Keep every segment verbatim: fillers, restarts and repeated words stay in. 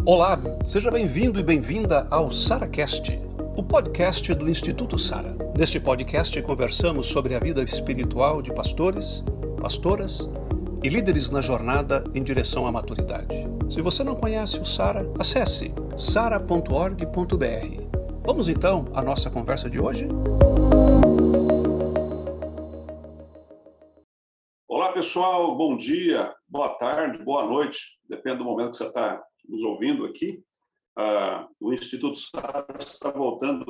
Olá, seja bem-vindo e bem-vinda ao SaraCast, o podcast do Instituto Sara. Neste podcast conversamos sobre a vida espiritual de pastores, pastoras e líderes na jornada em direção à maturidade. Se você não conhece o Sara, acesse sara ponto org ponto br. Vamos então à nossa conversa de hoje? Olá pessoal, bom dia, boa tarde, boa noite, depende do momento que você está nos ouvindo aqui. Uh, o Instituto Sara está voltando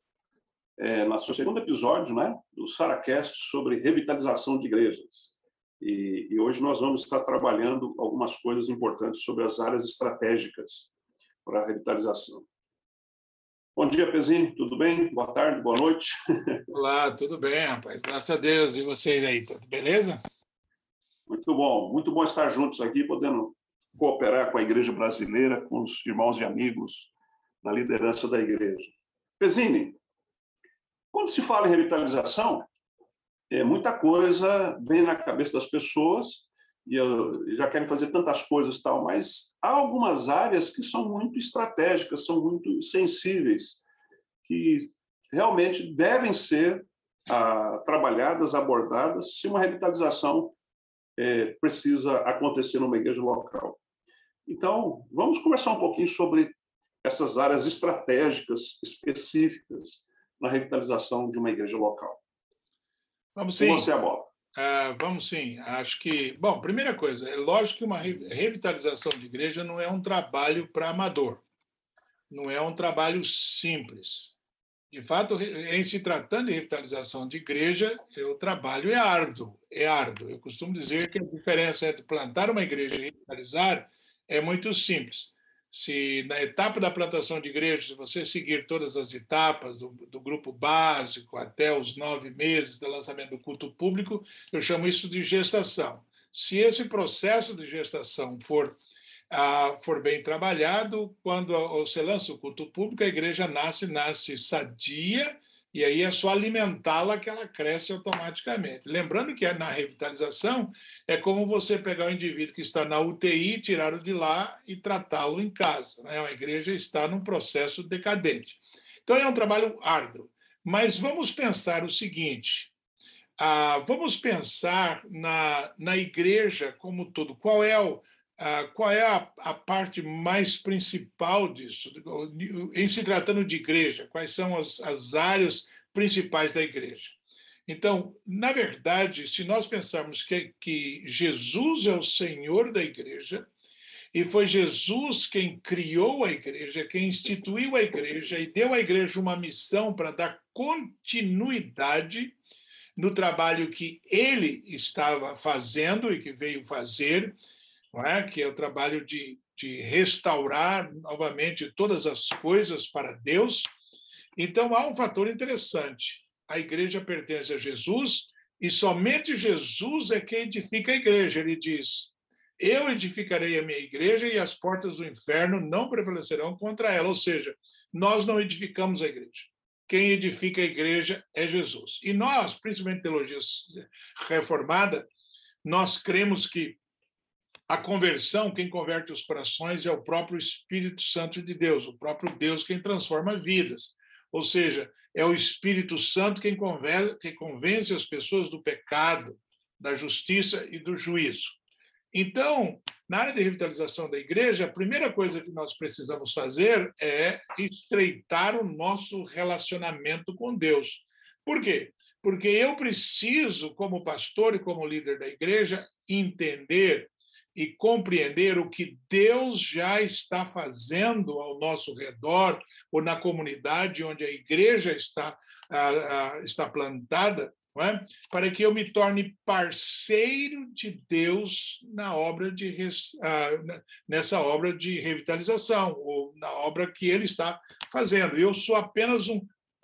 é, no seu segundo episódio, né, do SaraCast sobre revitalização de igrejas. E, e hoje nós vamos estar trabalhando algumas coisas importantes sobre as áreas estratégicas para a revitalização. Bom dia, Pezzini, tudo bem? Boa tarde, boa noite. Olá, tudo bem, rapaz? Graças a Deus. E vocês aí, tudo beleza? Muito bom, muito bom estar juntos aqui, podendo cooperar com a igreja brasileira, com os irmãos e amigos na liderança da igreja. Pezzini, quando se fala em revitalização, é, muita coisa vem na cabeça das pessoas e eu, já querem fazer tantas coisas, tal, mas há algumas áreas que são muito estratégicas, são muito sensíveis, que realmente devem ser ah, trabalhadas, abordadas, se uma revitalização é, precisa acontecer numa igreja local. Então, vamos conversar um pouquinho sobre essas áreas estratégicas específicas na revitalização de uma igreja local. Vamos sim. Com você a bola. Ah, vamos sim. Acho que, bom, primeira coisa, é lógico que uma revitalização de igreja não é um trabalho para amador, não é um trabalho simples. De fato, em se tratando de revitalização de igreja, o trabalho é árduo, é árduo. Eu costumo dizer que a diferença entre plantar uma igreja e revitalizar é muito simples. Se na etapa da plantação de igreja, se você seguir todas as etapas, do, do grupo básico até os nove meses do lançamento do culto público, eu chamo isso de gestação. Se esse processo de gestação for Ah, for bem trabalhado, quando você lança o culto público, a igreja nasce, nasce sadia, e aí é só alimentá-la que ela cresce automaticamente. Lembrando que na revitalização é como você pegar o indivíduo que está na U T I, tirá-lo de lá e tratá-lo em casa, né? A igreja está num processo decadente. Então é um trabalho árduo. Mas vamos pensar o seguinte, ah, vamos pensar na, na igreja como todo. Qual é o Uh, qual é a, a parte mais principal disso, em se tratando de igreja? Quais são as, as áreas principais da igreja? Então, na verdade, se nós pensarmos que, que Jesus é o Senhor da igreja, e foi Jesus quem criou a igreja, quem instituiu a igreja e deu à igreja uma missão para dar continuidade no trabalho que ele estava fazendo e que veio fazer, não é? Que é o trabalho de, de restaurar novamente todas as coisas para Deus. Então, há um fator interessante. A igreja pertence a Jesus e somente Jesus é quem edifica a igreja. Ele diz, eu edificarei a minha igreja e as portas do inferno não prevalecerão contra ela. Ou seja, nós não edificamos a igreja. Quem edifica a igreja é Jesus. E nós, principalmente teologia reformada, nós cremos que a conversão, quem converte os corações é o próprio Espírito Santo de Deus, o próprio Deus quem transforma vidas. Ou seja, é o Espírito Santo quem convence, quem convence as pessoas do pecado, da justiça e do juízo. Então, na área de revitalização da igreja, a primeira coisa que nós precisamos fazer é estreitar o nosso relacionamento com Deus. Por quê? Porque eu preciso, como pastor e como líder da igreja, entender e compreender o que Deus já está fazendo ao nosso redor, ou na comunidade onde a igreja está, ah, ah, está plantada, não é? Para que eu me torne parceiro de Deus na obra de, ah, nessa obra de revitalização, ou na obra que Ele está fazendo. Eu sou apenas um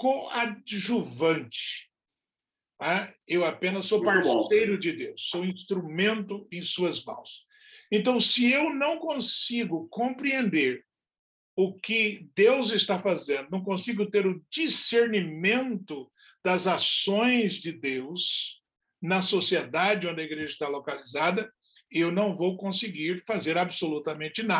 coadjuvante. Ah, eu apenas sou parceiro de Deus, sou instrumento em suas mãos. Então, se eu não consigo compreender o que Deus está fazendo, não consigo ter o discernimento das ações de Deus na sociedade onde a igreja está localizada, eu não vou conseguir fazer absolutamente nada.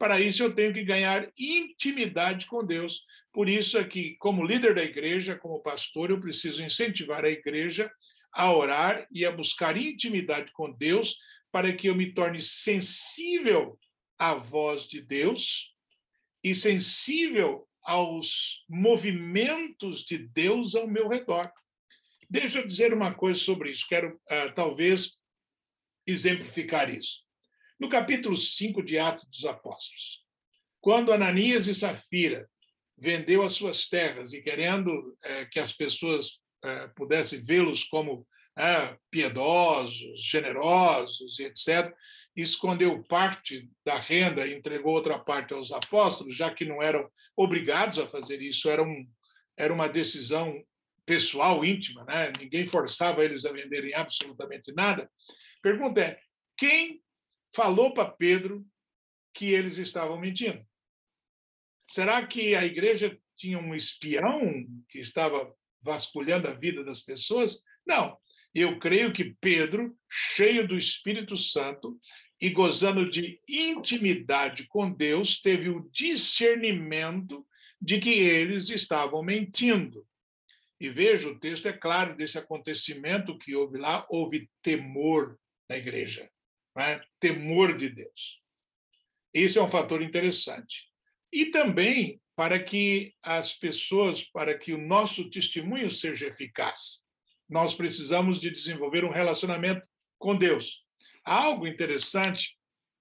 Para isso, eu tenho que ganhar intimidade com Deus. Por isso é que, como líder da igreja, como pastor, eu preciso incentivar a igreja a orar e a buscar intimidade com Deus para que eu me torne sensível à voz de Deus e sensível aos movimentos de Deus ao meu redor. Deixa eu dizer uma coisa sobre isso. Quero, uh, talvez, exemplificar isso. No capítulo cinco de Atos dos Apóstolos, quando Ananias e Safira vendeu as suas terras e querendo eh, que as pessoas eh, pudessem vê-los como eh, piedosos, generosos, e etcétera, escondeu parte da renda e entregou outra parte aos apóstolos, já que não eram obrigados a fazer isso, era, um, era uma decisão pessoal, íntima, né? Ninguém forçava eles a venderem absolutamente nada. Pergunta é, quem falou para Pedro que eles estavam mentindo? Será que a igreja tinha um espião que estava vasculhando a vida das pessoas? Não. Eu creio que Pedro, cheio do Espírito Santo e gozando de intimidade com Deus, teve o discernimento de que eles estavam mentindo. E veja, o texto é claro desse acontecimento que houve lá, houve temor na igreja, não é? Temor de Deus. Esse é um fator interessante. E também para que as pessoas, para que o nosso testemunho seja eficaz, nós precisamos de desenvolver um relacionamento com Deus. Algo interessante,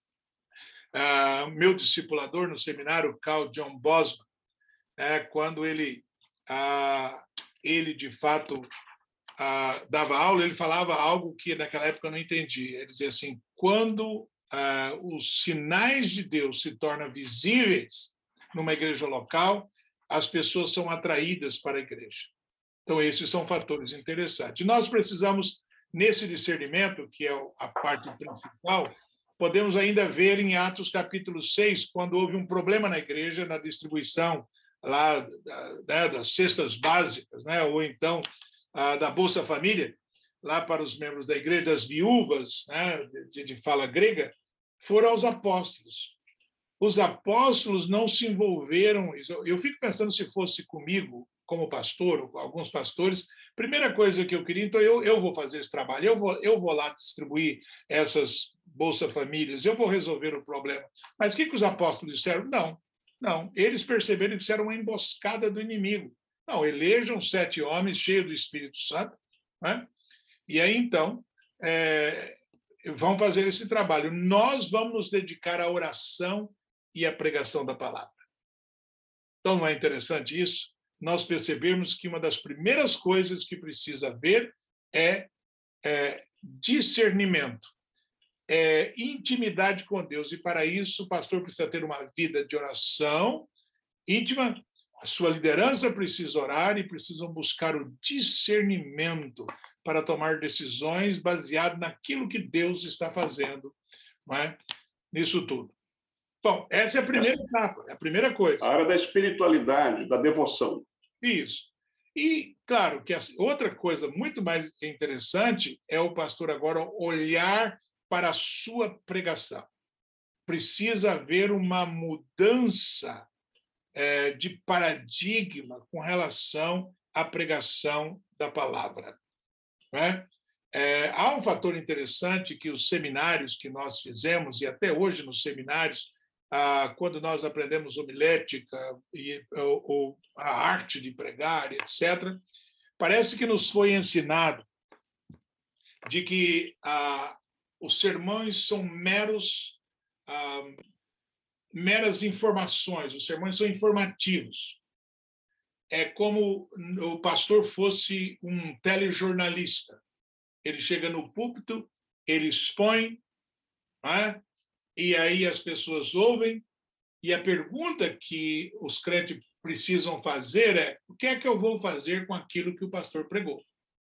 uh, meu discipulador no seminário, Carl John Bosman, é, quando ele, uh, ele de fato uh, dava aula, ele falava algo que naquela época eu não entendi. Ele dizia assim, quando uh, os sinais de Deus se tornam visíveis numa igreja local, as pessoas são atraídas para a igreja. Então, esses são fatores interessantes. Nós precisamos, nesse discernimento, que é a parte principal, podemos ainda ver em Atos capítulo seis, quando houve um problema na igreja, na distribuição lá, né, das cestas básicas, né, ou então a, da Bolsa Família, lá para os membros da igreja, das viúvas, né, de, de fala grega, foram aos apóstolos. Os apóstolos não se envolveram. Eu fico pensando se fosse comigo, como pastor, ou com alguns pastores, primeira coisa que eu queria, então eu, eu vou fazer esse trabalho, eu vou, eu vou lá distribuir essas Bolsa Famílias, eu vou resolver o problema. Mas o que, que os apóstolos disseram? Não, não. Eles perceberam que isso era uma emboscada do inimigo. Não, elejam sete homens cheios do Espírito Santo, né? E aí, então, é, vão fazer esse trabalho. Nós vamos nos dedicar à oração e à pregação da palavra. Então, não é interessante isso? Nós percebemos que uma das primeiras coisas que precisa haver é, é discernimento, é intimidade com Deus. E, para isso, o pastor precisa ter uma vida de oração íntima, a sua liderança precisa orar e precisam buscar o discernimento para tomar decisões baseado naquilo que Deus está fazendo, não é? Nisso tudo. Bom, essa é a primeira etapa, é a primeira coisa. A área da espiritualidade, da devoção. Isso. E, claro, que outra coisa muito mais interessante é o pastor agora olhar para a sua pregação. Precisa haver uma mudança é, de paradigma com relação à pregação da palavra. Né? É, há um fator interessante que os seminários que nós fizemos, e até hoje nos seminários, ah, quando nós aprendemos homilética e ou, ou a arte de pregar, etcétera, parece que nos foi ensinado de que ah, os sermões são meros, ah, meras informações, os sermões são informativos. É como o pastor fosse um telejornalista. Ele chega no púlpito, ele expõe, não é? E aí as pessoas ouvem, e a pergunta que os crentes precisam fazer é: o que é que eu vou fazer com aquilo que o pastor pregou?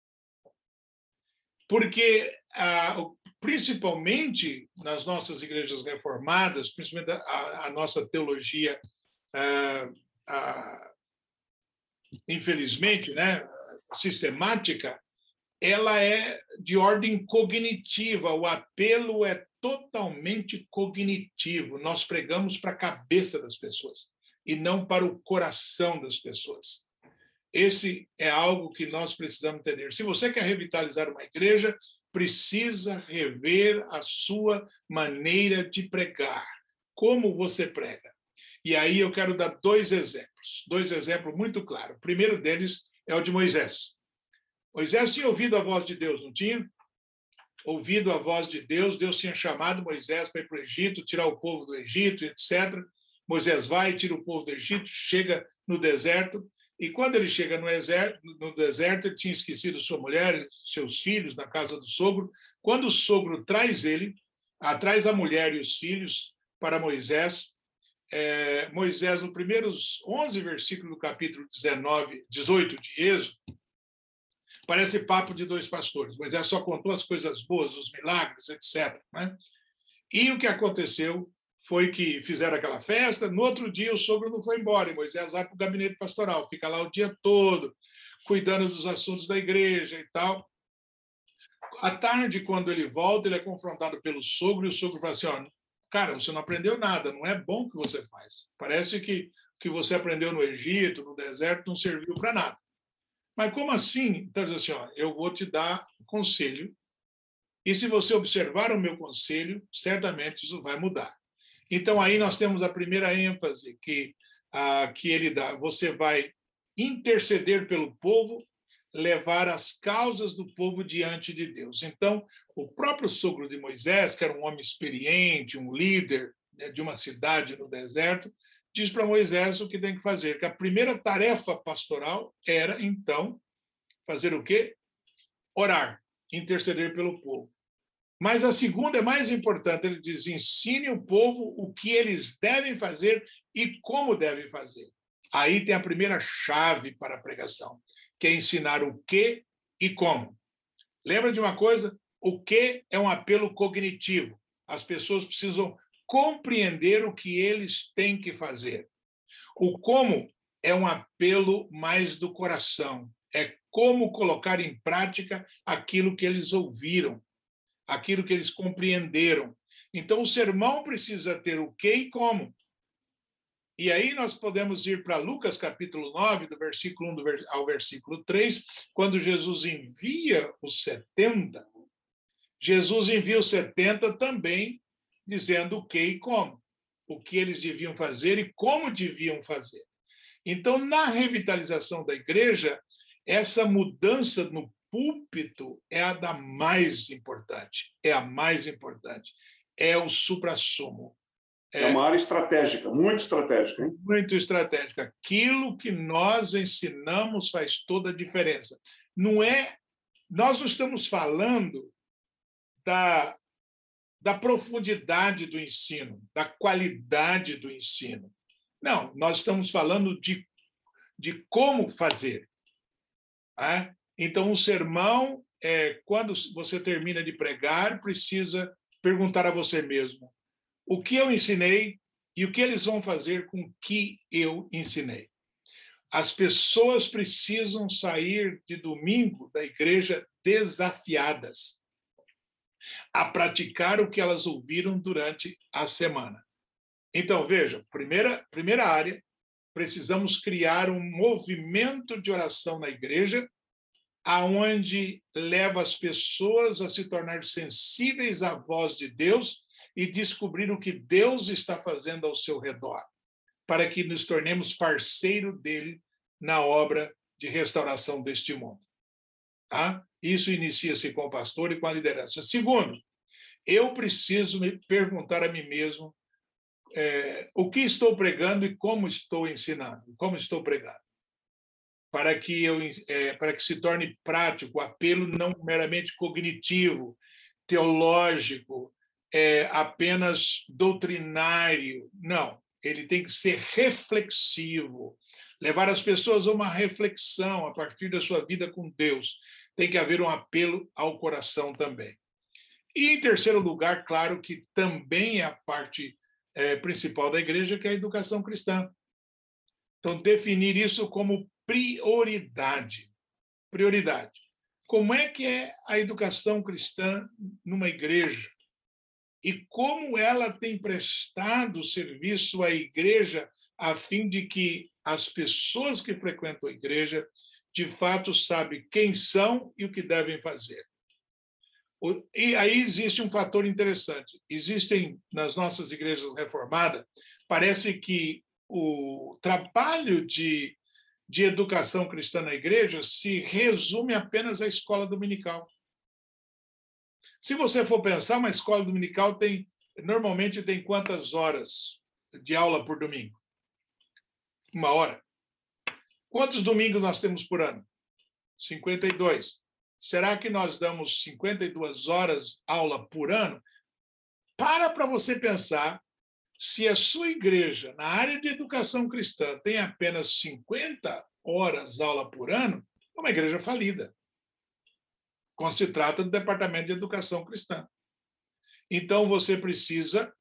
Porque, ah, principalmente nas nossas igrejas reformadas, principalmente a, a nossa teologia, ah, ah, infelizmente, né, sistemática, ela é de ordem cognitiva, o apelo é totalmente cognitivo. Nós pregamos para a cabeça das pessoas e não para o coração das pessoas. Esse é algo que nós precisamos entender. Se você quer revitalizar uma igreja, precisa rever a sua maneira de pregar. Como você prega? E aí eu quero dar dois exemplos, dois exemplos muito claros. O primeiro deles é o de Moisés. Moisés tinha ouvido a voz de Deus, não tinha? Ouvido a voz de Deus, Deus tinha chamado Moisés para ir para o Egito, tirar o povo do Egito, etcétera. Moisés vai, tira o povo do Egito, chega no deserto, e quando ele chega no deserto, no deserto, ele tinha esquecido sua mulher, seus filhos, na casa do sogro. Quando o sogro traz ele, traz a mulher e os filhos para Moisés, é, Moisés, nos primeiros onze versículos do capítulo dezenove, dezoito de Êxodo, parece papo de dois pastores. Moisés só contou as coisas boas, os milagres, etcétera, né? E o que aconteceu foi que fizeram aquela festa, no outro dia o sogro não foi embora, e Moisés vai para o gabinete pastoral, fica lá o dia todo, cuidando dos assuntos da igreja e tal. À tarde, quando ele volta, ele é confrontado pelo sogro, e o sogro fala assim, ó, cara, você não aprendeu nada, não é bom o que você faz. Parece que o que você aprendeu no Egito, no deserto, não serviu para nada. Mas como assim? Então, diz assim, ó, eu vou te dar conselho, e se você observar o meu conselho, certamente isso vai mudar. Então, aí nós temos a primeira ênfase que, ah, que ele dá. Você vai interceder pelo povo, levar as causas do povo diante de Deus. Então, o próprio sogro de Moisés, que era um homem experiente, um líder, né, de uma cidade no deserto, diz para Moisés o que tem que fazer, que a primeira tarefa pastoral era, então, fazer o quê? Orar, interceder pelo povo. Mas a segunda é mais importante, ele diz, ensine o povo o que eles devem fazer e como devem fazer. Aí tem a primeira chave para a pregação, que é ensinar o que e como. Lembra de uma coisa? O que é um apelo cognitivo. As pessoas precisam compreender o que eles têm que fazer. O como é um apelo mais do coração. É como colocar em prática aquilo que eles ouviram, aquilo que eles compreenderam. Então, o sermão precisa ter o que e como. E aí nós podemos ir para Lucas, capítulo nove, do versículo um ao versículo três, quando Jesus envia os setenta, Jesus envia os setenta também dizendo o que e como, o que eles deviam fazer e como deviam fazer. Então, na revitalização da igreja, essa mudança no púlpito é a da mais importante, é a mais importante, é o suprassumo. É, é uma área estratégica, muito estratégica. Hein? Muito estratégica. Aquilo que nós ensinamos faz toda a diferença. Não é, nós não estamos falando da, da profundidade do ensino, da qualidade do ensino. Não, nós estamos falando de, de como fazer. Tá? Então, um sermão, é, quando você termina de pregar, precisa perguntar a você mesmo o que eu ensinei e o que eles vão fazer com o que eu ensinei. As pessoas precisam sair de domingo da igreja desafiadas a praticar o que elas ouviram durante a semana. Então, veja, primeira, primeira área, precisamos criar um movimento de oração na igreja aonde leva as pessoas a se tornar sensíveis à voz de Deus e descobrir o que Deus está fazendo ao seu redor, para que nos tornemos parceiro dele na obra de restauração deste mundo. Tá? Isso inicia-se com o pastor e com a liderança. Segundo, eu preciso me perguntar a mim mesmo é, o que estou pregando e como estou ensinando, como estou pregando, para que, eu, é, para que se torne prático, o apelo não meramente cognitivo, teológico, é, apenas doutrinário. Não, ele tem que ser reflexivo, levar as pessoas a uma reflexão a partir da sua vida com Deus. Tem que haver um apelo ao coração também. E, em terceiro lugar, claro que também é a parte é, principal da igreja, que é a educação cristã. Então, definir isso como prioridade. Prioridade. Como é que é a educação cristã numa igreja? e como ela tem prestado serviço à igreja a fim de que as pessoas que frequentam a igreja, de fato, sabem quem são e o que devem fazer. E aí existe um fator interessante. Existem, nas nossas igrejas reformadas, parece que o trabalho de, de educação cristã na igreja se resume apenas à escola dominical. Se você for pensar, uma escola dominical tem, normalmente tem quantas horas de aula por domingo? Uma hora. Quantos domingos nós temos por ano? cinquenta e dois. Será que nós damos cinquenta e duas horas aula por ano? Para para você pensar, se a sua igreja, na área de educação cristã, tem apenas cinquenta horas aula por ano, é uma igreja falida, quando se trata do Departamento de Educação Cristã. Então, você precisa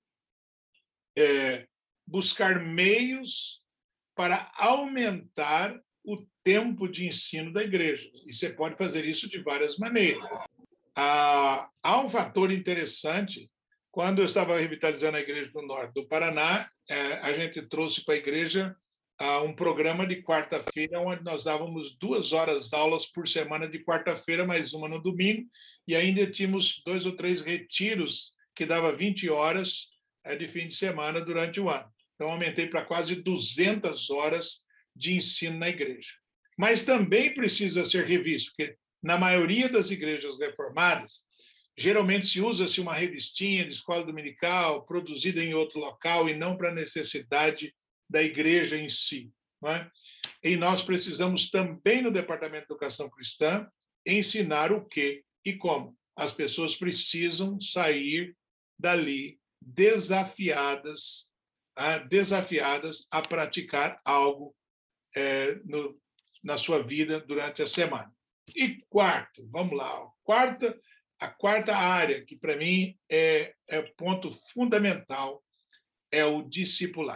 é, buscar meios para aumentar o tempo de ensino da igreja. E você pode fazer isso de várias maneiras. Ah, há um fator interessante. Quando eu estava revitalizando a igreja do norte do Paraná, eh, a gente trouxe para a igreja ah, um programa de quarta-feira, onde nós dávamos duas horas de aulas por semana de quarta-feira, mais uma no domingo, e ainda tínhamos dois ou três retiros, que dava vinte horas eh, de fim de semana durante o ano. Então, aumentei para quase duzentas horas de ensino na igreja. Mas também precisa ser revisto, porque na maioria das igrejas reformadas, geralmente se usa-se uma revistinha de escola dominical produzida em outro local e não para a necessidade da igreja em si. Não é? E nós precisamos também, no Departamento de Educação Cristã, ensinar o que e como. As pessoas precisam sair dali desafiadas, ah, desafiadas a praticar algo é, no, na sua vida durante a semana. E quarto, vamos lá, quarta, a quarta área, que para mim é, é ponto fundamental, é o discipulado.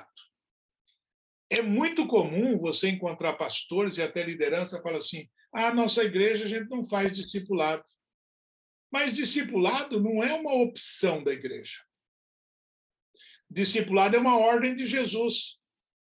É muito comum você encontrar pastores e até liderança fala assim, ah, nossa igreja a gente não faz discipulado. Mas discipulado não é uma opção da igreja. Discipulado é uma ordem de Jesus.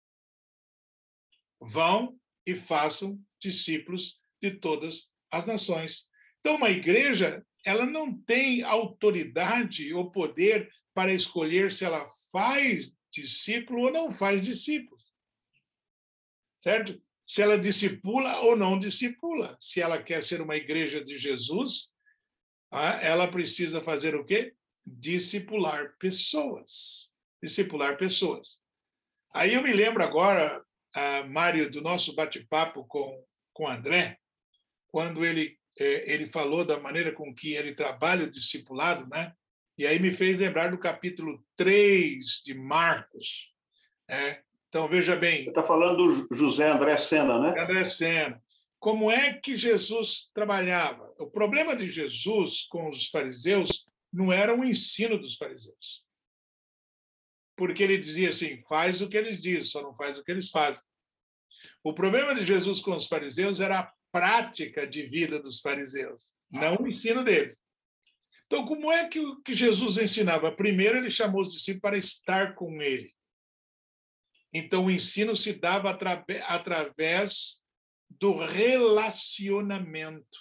Vão e façam discípulos de todas as nações. Então, uma igreja, ela não tem autoridade ou poder para escolher se ela faz discípulo ou não faz discípulos. Certo? Se ela discipula ou não discipula. Se ela quer ser uma igreja de Jesus, ela precisa fazer o quê? Discipular pessoas. Discipular pessoas. Aí eu me lembro agora, Uh, Mário, do nosso bate-papo com com André, quando ele eh, ele falou da maneira com que ele trabalha o discipulado, né? E aí me fez lembrar do capítulo três de Marcos. É, então, veja bem... Você está falando do José André Sena, né? André Sena. Como é que Jesus trabalhava? O problema de Jesus com os fariseus não era o ensino dos fariseus. Porque ele dizia assim, faz o que eles dizem, só não faz o que eles fazem. O problema de Jesus com os fariseus era a prática de vida dos fariseus, não o ensino deles. Então, como é que, que Jesus ensinava? Primeiro, ele chamou os discípulos para estar com ele. Então, o ensino se dava atrabe- através do relacionamento.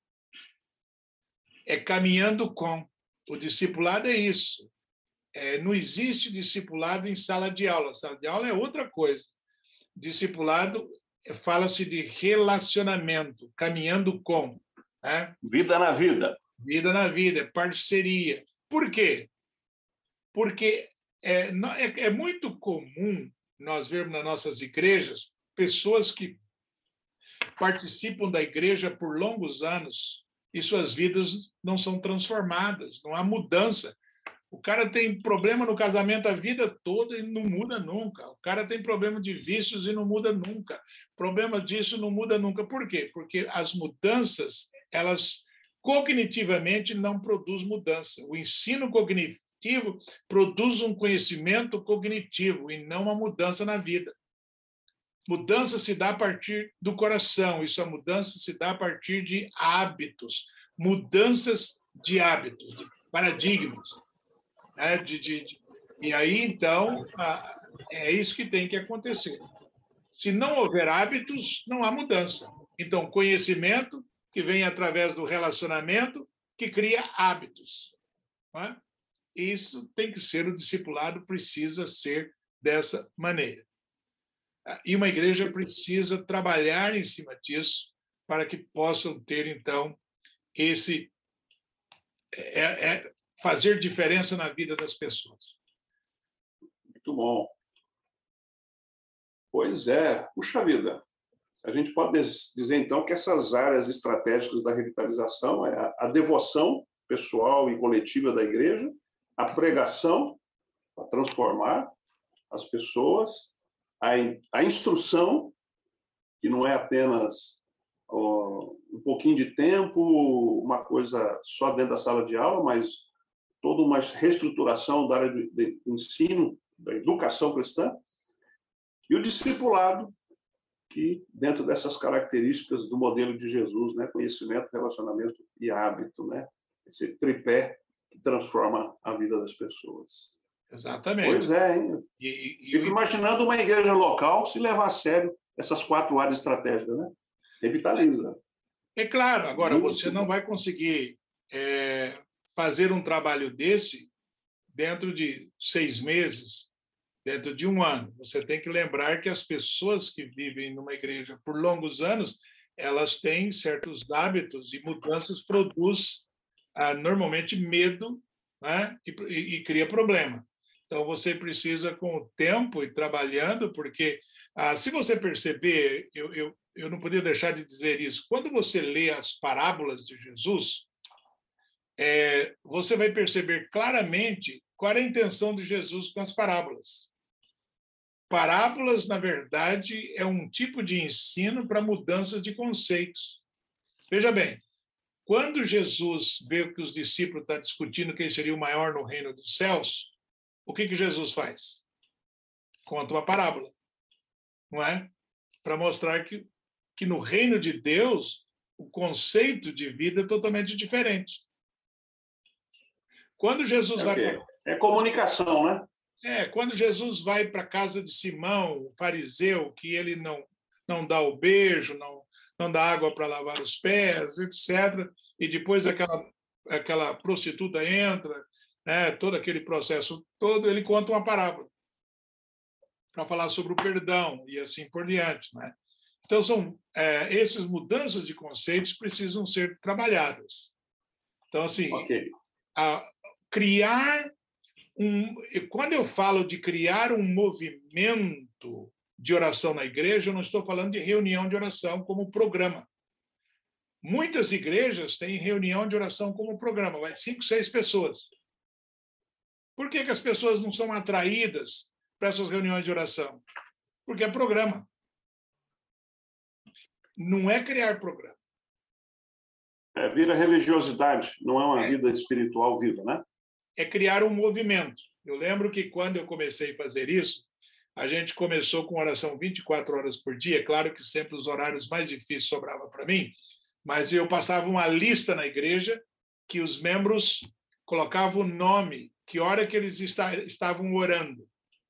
É caminhando com. O discipulado é isso. É, não existe discipulado em sala de aula. Sala de aula é outra coisa. Discipulado fala-se de relacionamento, caminhando com. Né? Vida na vida. Vida na vida, parceria. Por quê? Porque é, é, é muito comum nós vermos nas nossas igrejas pessoas que participam da igreja por longos anos e suas vidas não são transformadas, não há mudança. O cara tem problema no casamento a vida toda e não muda nunca. O cara tem problema de vícios e não muda nunca. Problema disso não muda nunca. Por quê? Porque as mudanças, elas cognitivamente não produzem mudança. O ensino cognitivo produz um conhecimento cognitivo e não uma mudança na vida. Mudança se dá a partir do coração. Isso, a mudança se dá a partir de hábitos. Mudanças de hábitos, de paradigmas. Né? De, de, de... E aí, então, a... é isso que tem que acontecer. Se não houver hábitos, não há mudança. Então, conhecimento, que vem através do relacionamento, que cria hábitos. Não é? Isso tem que ser, o discipulado precisa ser dessa maneira. E uma igreja precisa trabalhar em cima disso para que possam ter, então, esse é, é fazer diferença na vida das pessoas. Muito bom. Pois é, puxa vida. A gente pode dizer, então, que essas áreas estratégicas da revitalização é a devoção pessoal e coletiva da igreja, a pregação para transformar as pessoas, a, a instrução, que não é apenas ó, um pouquinho de tempo, uma coisa só dentro da sala de aula, mas toda uma reestruturação da área de, de ensino, da educação cristã, e o discipulado, que dentro dessas características do modelo de Jesus, né, conhecimento, relacionamento e hábito, né, esse tripé que transforma a vida das pessoas. Exatamente. Pois é, hein? E, e, Fico e... imaginando uma igreja local se levar a sério essas quatro áreas estratégicas, né? Revitaliza. É claro, agora Muito você não vai conseguir é, fazer um trabalho desse dentro de seis meses, dentro de um ano. Você tem que lembrar que as pessoas que vivem numa igreja por longos anos, elas têm certos hábitos e mudanças produz ah, normalmente medo, né? e, e, e cria problema. Então, você precisa, com o tempo e trabalhando, porque ah, se você perceber, eu, eu, eu não podia deixar de dizer isso, quando você lê as parábolas de Jesus, é, você vai perceber claramente qual era a intenção de Jesus com as parábolas. Parábolas, na verdade, é um tipo de ensino para mudanças de conceitos. Veja bem, quando Jesus vê que os discípulos estão discutindo quem seria o maior no reino dos céus, o que, que Jesus faz? Conta uma parábola, não é? Para mostrar que, que no reino de Deus o conceito de vida é totalmente diferente. Quando Jesus é vai... Pra... É comunicação, né? É, quando Jesus vai para a casa de Simão, o fariseu, que ele não, não dá o beijo, não, não dá água para lavar os pés, etcétera, e depois aquela, aquela prostituta entra, né, todo aquele processo todo, ele conta uma parábola para falar sobre o perdão e assim por diante. Né? Então, são, é, essas mudanças de conceitos precisam ser trabalhadas. Então, assim, okay. a, criar um... Quando eu falo de criar um movimento de oração na igreja, eu não estou falando de reunião de oração como programa. Muitas igrejas têm reunião de oração como programa, vai cinco, seis pessoas. Por que, que as pessoas não são atraídas para essas reuniões de oração? Porque é programa. Não é criar programa. É, vira religiosidade, não é uma é. vida espiritual viva, né? É criar um movimento. Eu lembro que quando eu comecei a fazer isso, a gente começou com oração vinte e quatro horas por dia. Claro que sempre os horários mais difíceis sobravam para mim, mas eu passava uma lista na igreja que os membros colocavam o nome, que hora que eles está, estavam orando.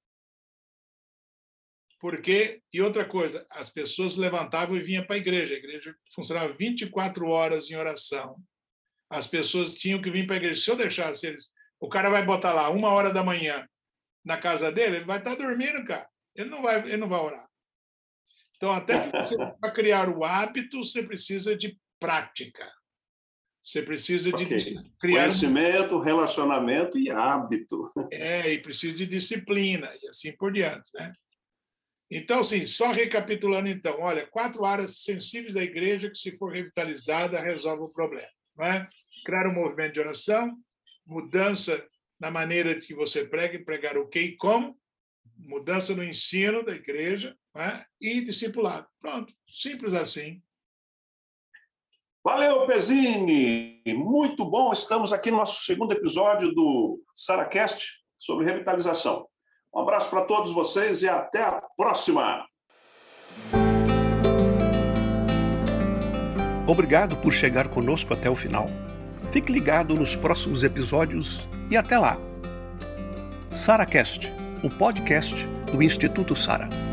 Porque, e outra coisa, as pessoas levantavam e vinham para a igreja. A igreja funcionava vinte e quatro horas em oração. As pessoas tinham que vir para a igreja. Se eu deixasse eles... O cara vai botar lá uma hora da manhã na casa dele, ele vai estar dormindo, cara. Ele não vai, ele não vai orar. Então, até que você, para criar o hábito, você precisa de prática. Você precisa de okay. criar... Conhecimento, um... relacionamento e hábito. É, e precisa de disciplina, e assim por diante, né? Então, assim, só recapitulando, então, olha, quatro áreas sensíveis da igreja que, se for revitalizada, resolve o problema. Não é? Criar um movimento de oração, mudança na maneira que você prega e pregar o que e como, mudança no ensino da igreja, né? E discipulado. Pronto, simples assim. Valeu, Pezzini! Muito bom, estamos aqui no nosso segundo episódio do SaraCast sobre revitalização. Um abraço para todos vocês e até a próxima! Obrigado por chegar conosco até o final. Fique ligado nos próximos episódios e até lá! SaraCast, o podcast do Instituto Sara.